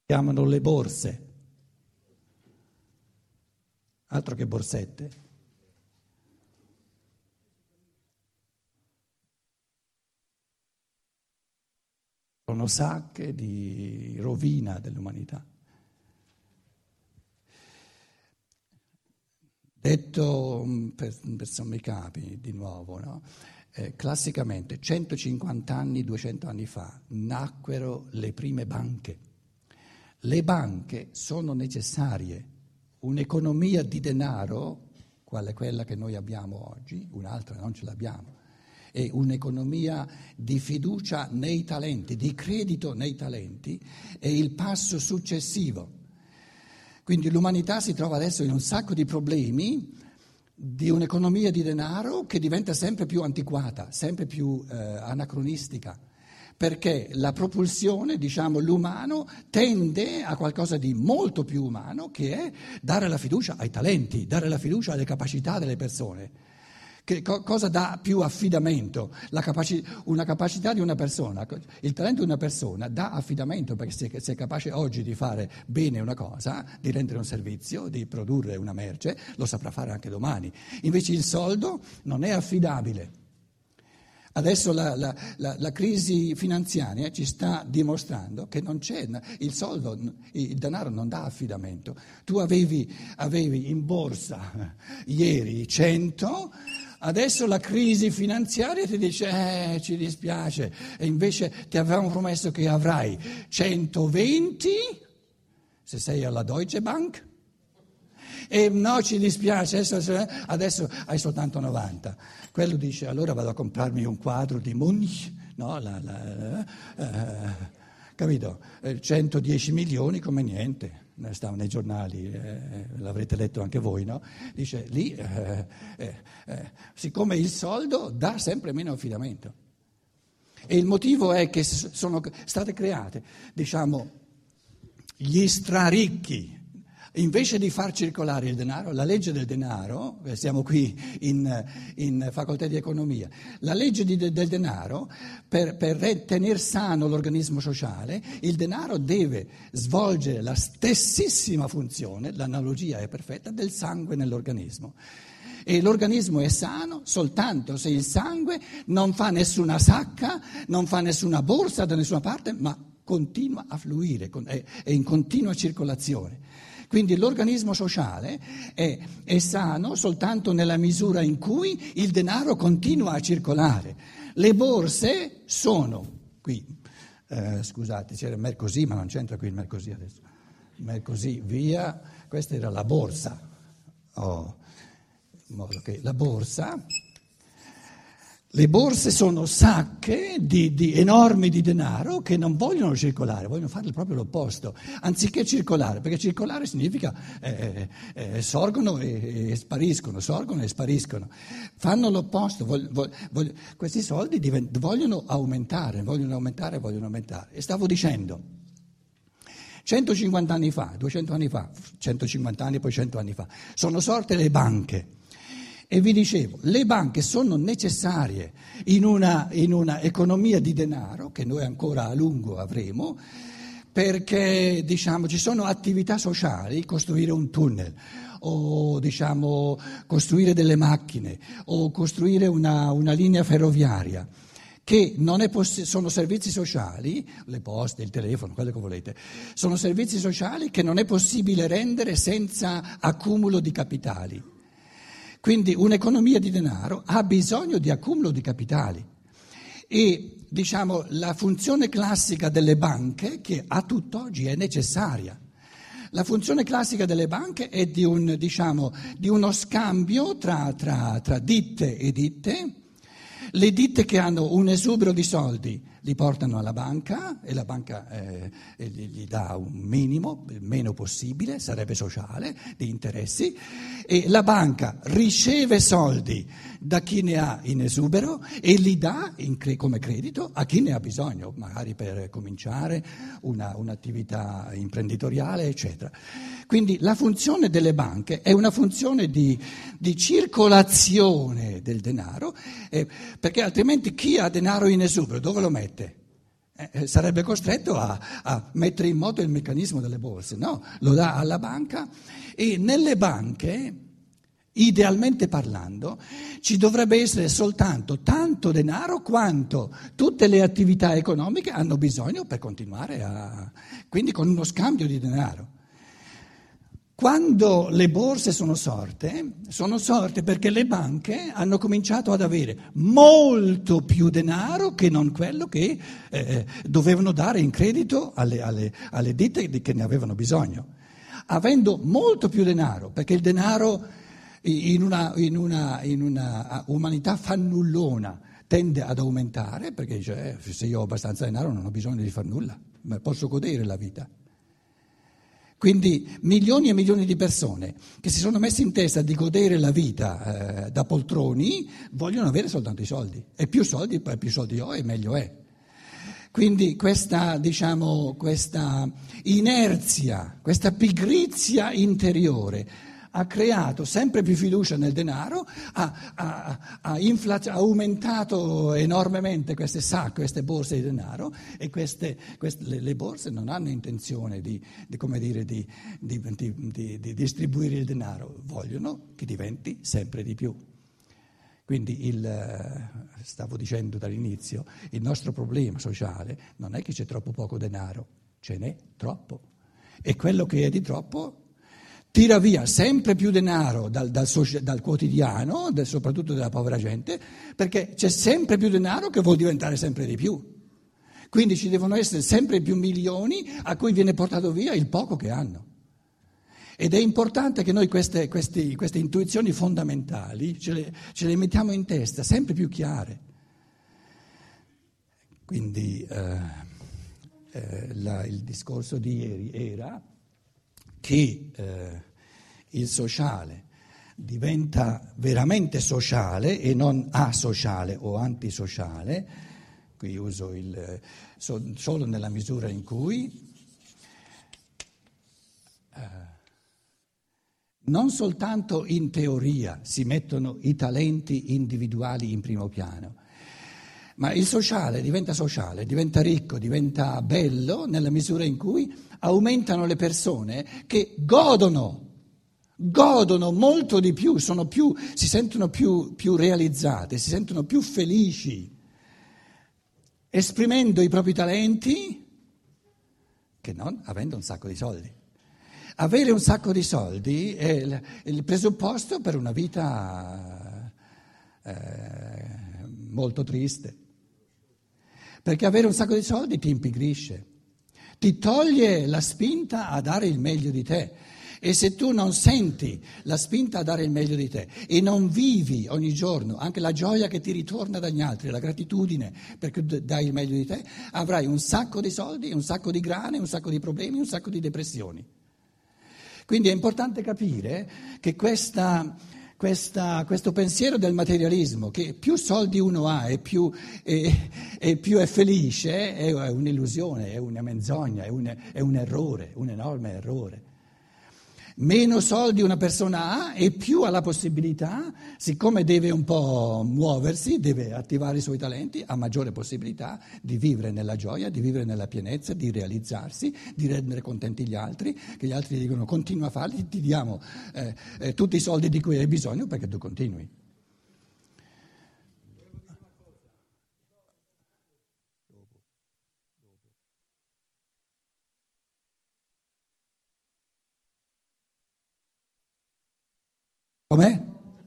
chiamano le borse, altro che borsette. Sono sacche di rovina dell'umanità. Detto per sommi capi, di nuovo, no? Classicamente 150 anni, 200 anni fa nacquero le prime banche. Le banche sono necessarie. Un'economia di denaro, quale quella che noi abbiamo oggi, un'altra non ce l'abbiamo, è un'economia di fiducia nei talenti, di credito nei talenti, è il passo successivo. Quindi l'umanità si trova adesso in un sacco di problemi di un'economia di denaro che diventa sempre più antiquata, sempre più anacronistica, perché la propulsione, l'umano tende a qualcosa di molto più umano, che è dare la fiducia ai talenti, dare la fiducia alle capacità delle persone. Cosa dà più affidamento? Una capacità di una persona, il talento di una persona dà affidamento, perché se è capace oggi di fare bene una cosa, di rendere un servizio, di produrre una merce, lo saprà fare anche domani. Invece il soldo non è affidabile. Adesso la crisi finanziaria ci sta dimostrando che non c'è, il denaro non dà affidamento. Tu avevi in borsa ieri 100, adesso la crisi finanziaria ti dice ci dispiace, e invece ti avevamo promesso che avrai 120 se sei alla Deutsche Bank. E no, ci dispiace, adesso hai soltanto 90. Quello dice, allora vado a comprarmi un quadro di Munch, no? Capito? 110 milioni come niente, stava nei giornali, l'avrete letto anche voi, no? Dice, lì, siccome il soldo dà sempre meno affidamento. E il motivo è che sono state create, gli straricchi. Invece di far circolare il denaro, la legge del denaro, siamo qui in facoltà di economia, la legge del denaro, per tenere sano l'organismo sociale, il denaro deve svolgere la stessissima funzione, l'analogia è perfetta, del sangue nell'organismo. E l'organismo è sano soltanto se il sangue non fa nessuna sacca, non fa nessuna borsa da nessuna parte, ma continua a fluire, è in continua circolazione. Quindi l'organismo sociale è sano soltanto nella misura in cui il denaro continua a circolare. Le borse sono qui, scusate, c'era il Mercosì, ma non c'entra qui il Mercosì adesso. Mercosì via, questa era la borsa. In modo che la borsa, le borse sono sacche enormi di denaro che non vogliono circolare, vogliono fare proprio l'opposto, anziché circolare, perché circolare significa sorgono e spariscono, sorgono e spariscono. Fanno l'opposto, questi soldi vogliono aumentare. E stavo dicendo, 150 anni fa, 200 anni fa, 150 anni poi 100 anni fa, sono sorte le banche. E vi dicevo, le banche sono necessarie in una economia di denaro, che noi ancora a lungo avremo, perché ci sono attività sociali, costruire un tunnel, o costruire delle macchine, o costruire una linea ferroviaria, che non è sono servizi sociali, le poste, il telefono, quello che volete, sono servizi sociali che non è possibile rendere senza accumulo di capitali. Quindi un'economia di denaro ha bisogno di accumulo di capitali e la funzione classica delle banche, che a tutt'oggi è necessaria, la funzione classica delle banche è di uno scambio tra ditte e ditte. Le ditte che hanno un esubero di soldi li portano alla banca e la banca gli dà un minimo, il meno possibile, sarebbe sociale, di interessi, e la banca riceve soldi da chi ne ha in esubero e li dà come credito a chi ne ha bisogno, magari per cominciare un'attività imprenditoriale, eccetera. Quindi la funzione delle banche è una funzione di circolazione del denaro, perché altrimenti chi ha denaro in esubero dove lo mette? sarebbe costretto a mettere in moto il meccanismo delle borse, no? Lo dà alla banca e nelle banche, idealmente parlando, ci dovrebbe essere soltanto tanto denaro quanto tutte le attività economiche hanno bisogno per continuare quindi con uno scambio di denaro. Quando le borse sono sorte perché le banche hanno cominciato ad avere molto più denaro che non quello che dovevano dare in credito alle ditte che ne avevano bisogno. Avendo molto più denaro, perché il denaro in una umanità fannullona tende ad aumentare, perché dice se io ho abbastanza denaro non ho bisogno di far nulla, ma posso godere la vita. Quindi milioni e milioni di persone che si sono messe in testa di godere la vita da poltroni vogliono avere soltanto i soldi e più soldi ho e meglio è. Quindi questa inerzia, questa pigrizia interiore ha creato sempre più fiducia nel denaro, ha aumentato enormemente queste sacche, queste borse di denaro e le borse non hanno intenzione di distribuire il denaro, vogliono che diventi sempre di più. Quindi stavo dicendo dall'inizio, il nostro problema sociale non è che c'è troppo poco denaro, ce n'è troppo e quello che è di troppo tira via sempre più denaro dal quotidiano, soprattutto della povera gente, perché c'è sempre più denaro che vuol diventare sempre di più. Quindi ci devono essere sempre più milioni a cui viene portato via il poco che hanno. Ed è importante che noi queste intuizioni fondamentali ce le mettiamo in testa, sempre più chiare. Quindi il discorso di ieri era che il sociale diventa veramente sociale e non asociale o antisociale, qui uso solo nella misura in cui non soltanto in teoria si mettono i talenti individuali in primo piano, ma il sociale, diventa ricco, diventa bello nella misura in cui aumentano le persone che godono molto di più, si sentono più realizzate, si sentono più felici, esprimendo i propri talenti che non avendo un sacco di soldi. Avere un sacco di soldi è il presupposto per una vita molto triste, perché avere un sacco di soldi ti impigrisce, ti toglie la spinta a dare il meglio di te e se tu non senti la spinta a dare il meglio di te e non vivi ogni giorno anche la gioia che ti ritorna dagli altri, la gratitudine perché dai il meglio di te, avrai un sacco di soldi, un sacco di grane, un sacco di problemi, un sacco di depressioni. Quindi è importante capire che questo pensiero del materialismo, che più soldi uno ha e più è felice, è un'illusione, è una menzogna, è un errore, un enorme errore. Meno soldi una persona ha e più ha la possibilità, siccome deve un po' muoversi, deve attivare i suoi talenti, ha maggiore possibilità di vivere nella gioia, di vivere nella pienezza, di realizzarsi, di rendere contenti gli altri, che gli altri dicono continua a farli, ti diamo tutti i soldi di cui hai bisogno perché tu continui. Com'è?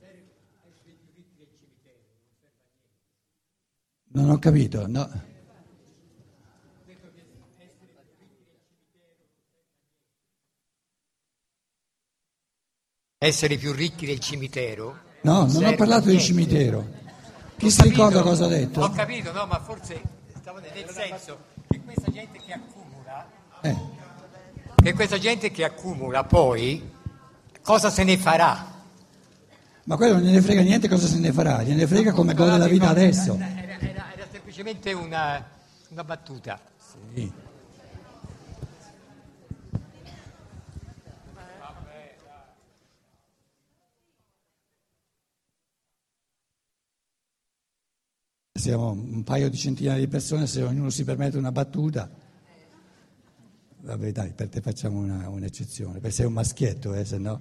Non ho capito, no. Essere più ricchi del cimitero No, non non ho serve a parlato di niente. cimitero. Chi Ho si ricorda capito, cosa ho Ho detto? capito, no, ma forse stavo nel senso che questa gente Eh. che accumula poi cosa se ne farà? Ma quello non gliene frega niente cosa se ne farà, gliene frega come gode la vita adesso. Era semplicemente una battuta. Sì. siamo un paio di centinaia di persone, se ognuno si permette una battuta, vabbè dai, per te facciamo un'eccezione, perché sei un maschietto, se no.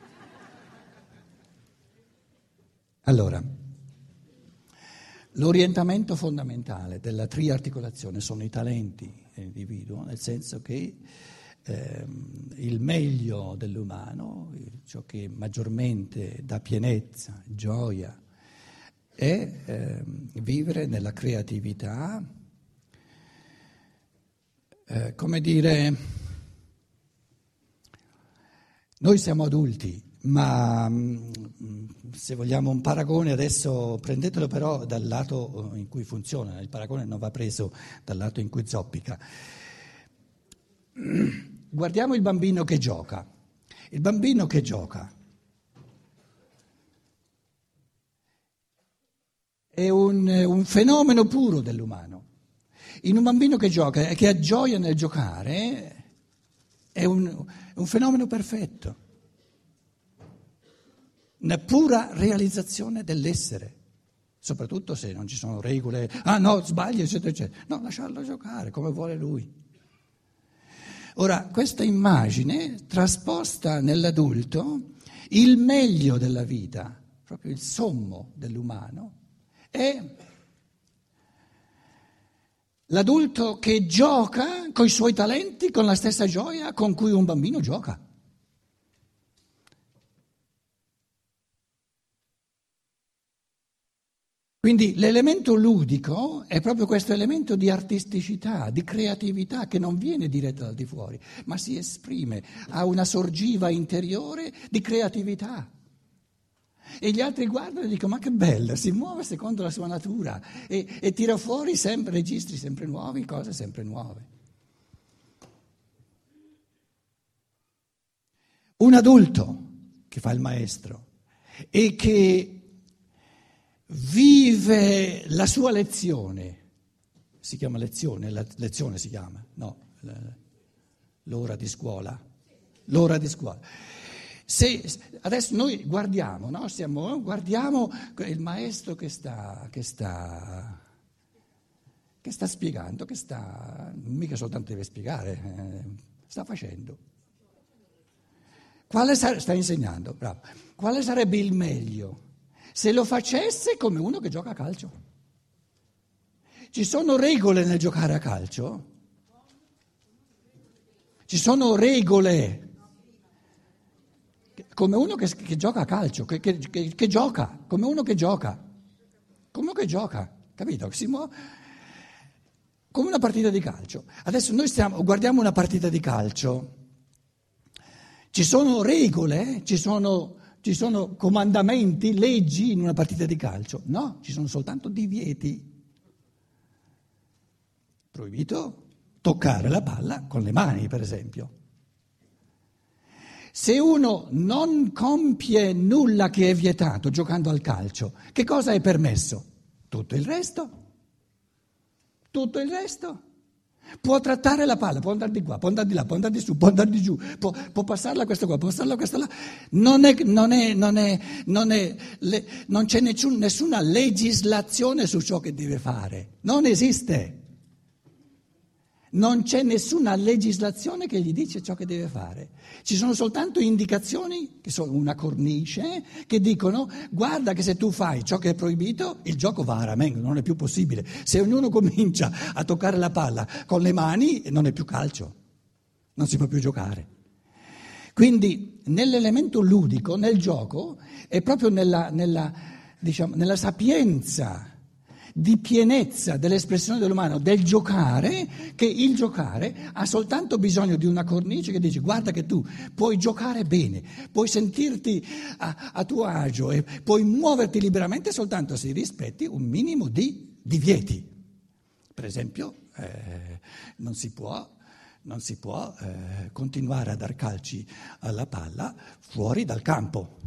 Allora, l'orientamento fondamentale della triarticolazione sono i talenti dell'individuo, nel senso che il meglio dell'umano, ciò che maggiormente dà pienezza, gioia, è vivere nella creatività, come dire, noi siamo adulti, ma se vogliamo un paragone adesso prendetelo però dal lato in cui funziona, il paragone non va preso dal lato in cui zoppica. Guardiamo il bambino che gioca. Il bambino che gioca è un fenomeno puro dell'umano. In un bambino che gioca e che ha gioia nel giocare è un fenomeno perfetto, una pura realizzazione dell'essere, soprattutto se non ci sono regole, no, sbaglia, eccetera, eccetera. No, lasciarlo giocare come vuole lui. Ora, questa immagine trasposta nell'adulto, il meglio della vita, proprio il sommo dell'umano, è l'adulto che gioca con i suoi talenti, con la stessa gioia con cui un bambino gioca. Quindi l'elemento ludico è proprio questo elemento di artisticità, di creatività che non viene diretto dal di fuori, ma si esprime, ha una sorgiva interiore di creatività. E gli altri guardano e dicono: ma che bello, si muove secondo la sua natura e tira fuori sempre registri sempre nuovi, cose sempre nuove. Un adulto che fa il maestro e che vive la sua lezione, si chiama lezione, la lezione si chiama, no, l'ora di scuola. Adesso noi guardiamo, no? Guardiamo il maestro che sta spiegando, mica soltanto deve spiegare, sta facendo. Sta insegnando, bravo. Quale sarebbe il meglio se lo facesse come uno che gioca a calcio? Ci sono regole nel giocare a calcio? Ci sono regole. Come uno che gioca a calcio, che gioca, come uno che gioca, capito? Si muove come una partita di calcio. Adesso noi guardiamo una partita di calcio, ci sono regole, ci sono comandamenti, leggi in una partita di calcio? No, ci sono soltanto divieti. Proibito toccare la palla con le mani, per esempio. Se uno non compie nulla che è vietato giocando al calcio, che cosa è permesso? Tutto il resto. Può trattare la palla, può andare di qua, può andare di là, può andare di su, può andare di giù, può passarla a questo qua, può passarla a questo là. Non c'è nessuna legislazione su ciò che deve fare. Non esiste. Non c'è nessuna legislazione che gli dice ciò che deve fare. Ci sono soltanto indicazioni, che sono una cornice, che dicono: guarda che se tu fai ciò che è proibito, il gioco va a ramengo, non è più possibile. Se ognuno comincia a toccare la palla con le mani, non è più calcio, non si può più giocare. Quindi nell'elemento ludico, nel gioco, è proprio nella sapienza di pienezza dell'espressione dell'umano, del giocare, che il giocare ha soltanto bisogno di una cornice che dice: guarda che tu puoi giocare bene, puoi sentirti a tuo agio e puoi muoverti liberamente soltanto se rispetti un minimo di divieti. Per esempio, non si può continuare a dar calci alla palla fuori dal campo.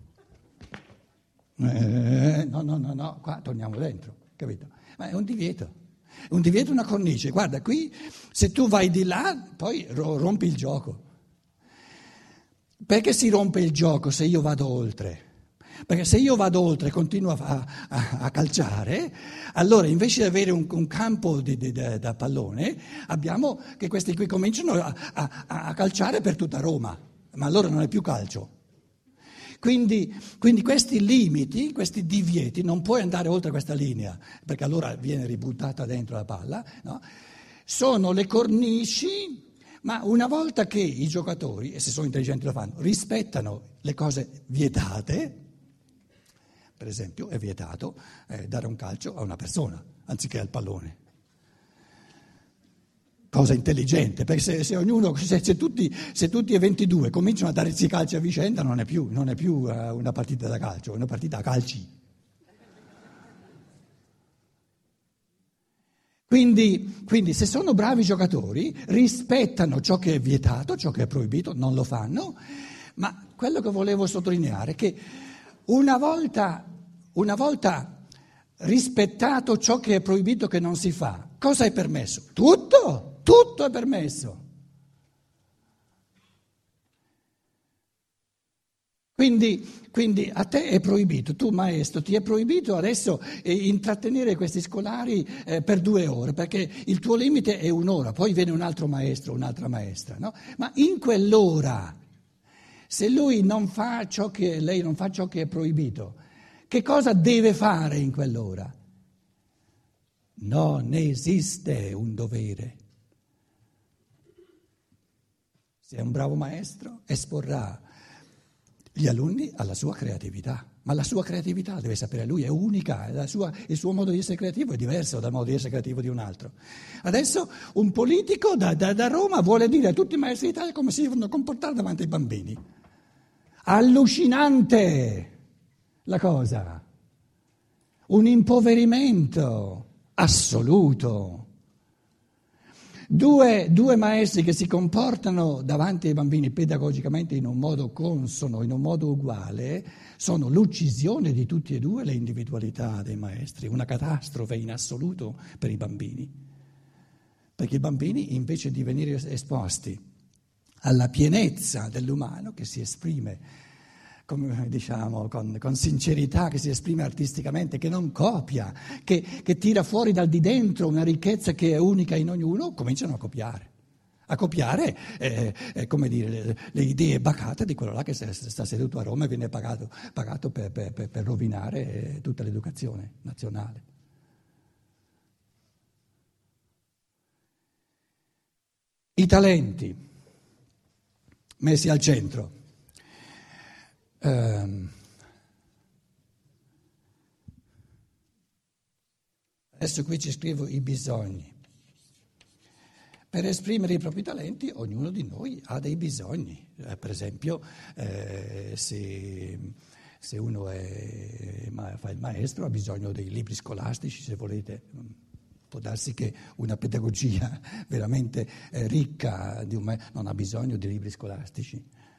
No, qua torniamo dentro. Capito? Ma è un divieto, una cornice. Guarda, qui se tu vai di là, poi rompi il gioco. Perché si rompe il gioco se io vado oltre? Perché se io vado oltre e continuo a calciare, allora invece di avere un campo da pallone, abbiamo che questi qui cominciano a calciare per tutta Roma, ma allora non è più calcio. Quindi questi limiti, questi divieti, non puoi andare oltre questa linea, perché allora viene ributtata dentro la palla, no? Sono le cornici. Ma una volta che i giocatori, e se sono intelligenti lo fanno, rispettano le cose vietate, per esempio è vietato dare un calcio a una persona anziché al pallone. Cosa intelligente, perché se tutti e 22 cominciano a darsi calci a vicenda non è più una partita da calcio, è una partita a calci. Quindi se sono bravi giocatori, rispettano ciò che è vietato, ciò che è proibito, non lo fanno, ma quello che volevo sottolineare è che una volta rispettato ciò che è proibito che non si fa, cosa è permesso? Tutto è permesso. Quindi a te è proibito, tu maestro, ti è proibito adesso intrattenere questi scolari per 2 ore, perché il tuo limite è 1 ora, poi viene un altro maestro, un'altra maestra, no? Ma in quell'ora, se lei non fa ciò che è proibito, che cosa deve fare in quell'ora? Non esiste un dovere. Se è un bravo maestro, esporrà gli alunni alla sua creatività, ma la sua creatività deve sapere lui, è unica, il suo modo di essere creativo è diverso dal modo di essere creativo di un altro. Adesso un politico da Roma vuole dire a tutti i maestri d'Italia come si devono comportare davanti ai bambini. Allucinante la cosa, un impoverimento assoluto. Due maestri che si comportano davanti ai bambini pedagogicamente in un modo consono, in un modo uguale, sono l'uccisione di tutti e due le individualità dei maestri, una catastrofe in assoluto per i bambini. Perché i bambini, invece di venire esposti alla pienezza dell'umano che si esprime con sincerità, che si esprime artisticamente, che non copia, che tira fuori dal di dentro una ricchezza che è unica in ognuno, cominciano a copiare. A copiare, come dire, le idee bacate di quello là che sta seduto a Roma e viene pagato per rovinare tutta l'educazione nazionale. I talenti messi al centro. Adesso qui ci scrivo i bisogni. Per esprimere i propri talenti ognuno di noi ha dei bisogni. Per esempio, se uno fa il maestro ha bisogno dei libri scolastici, se volete. Può darsi che una pedagogia veramente ricca non ha bisogno di libri scolastici.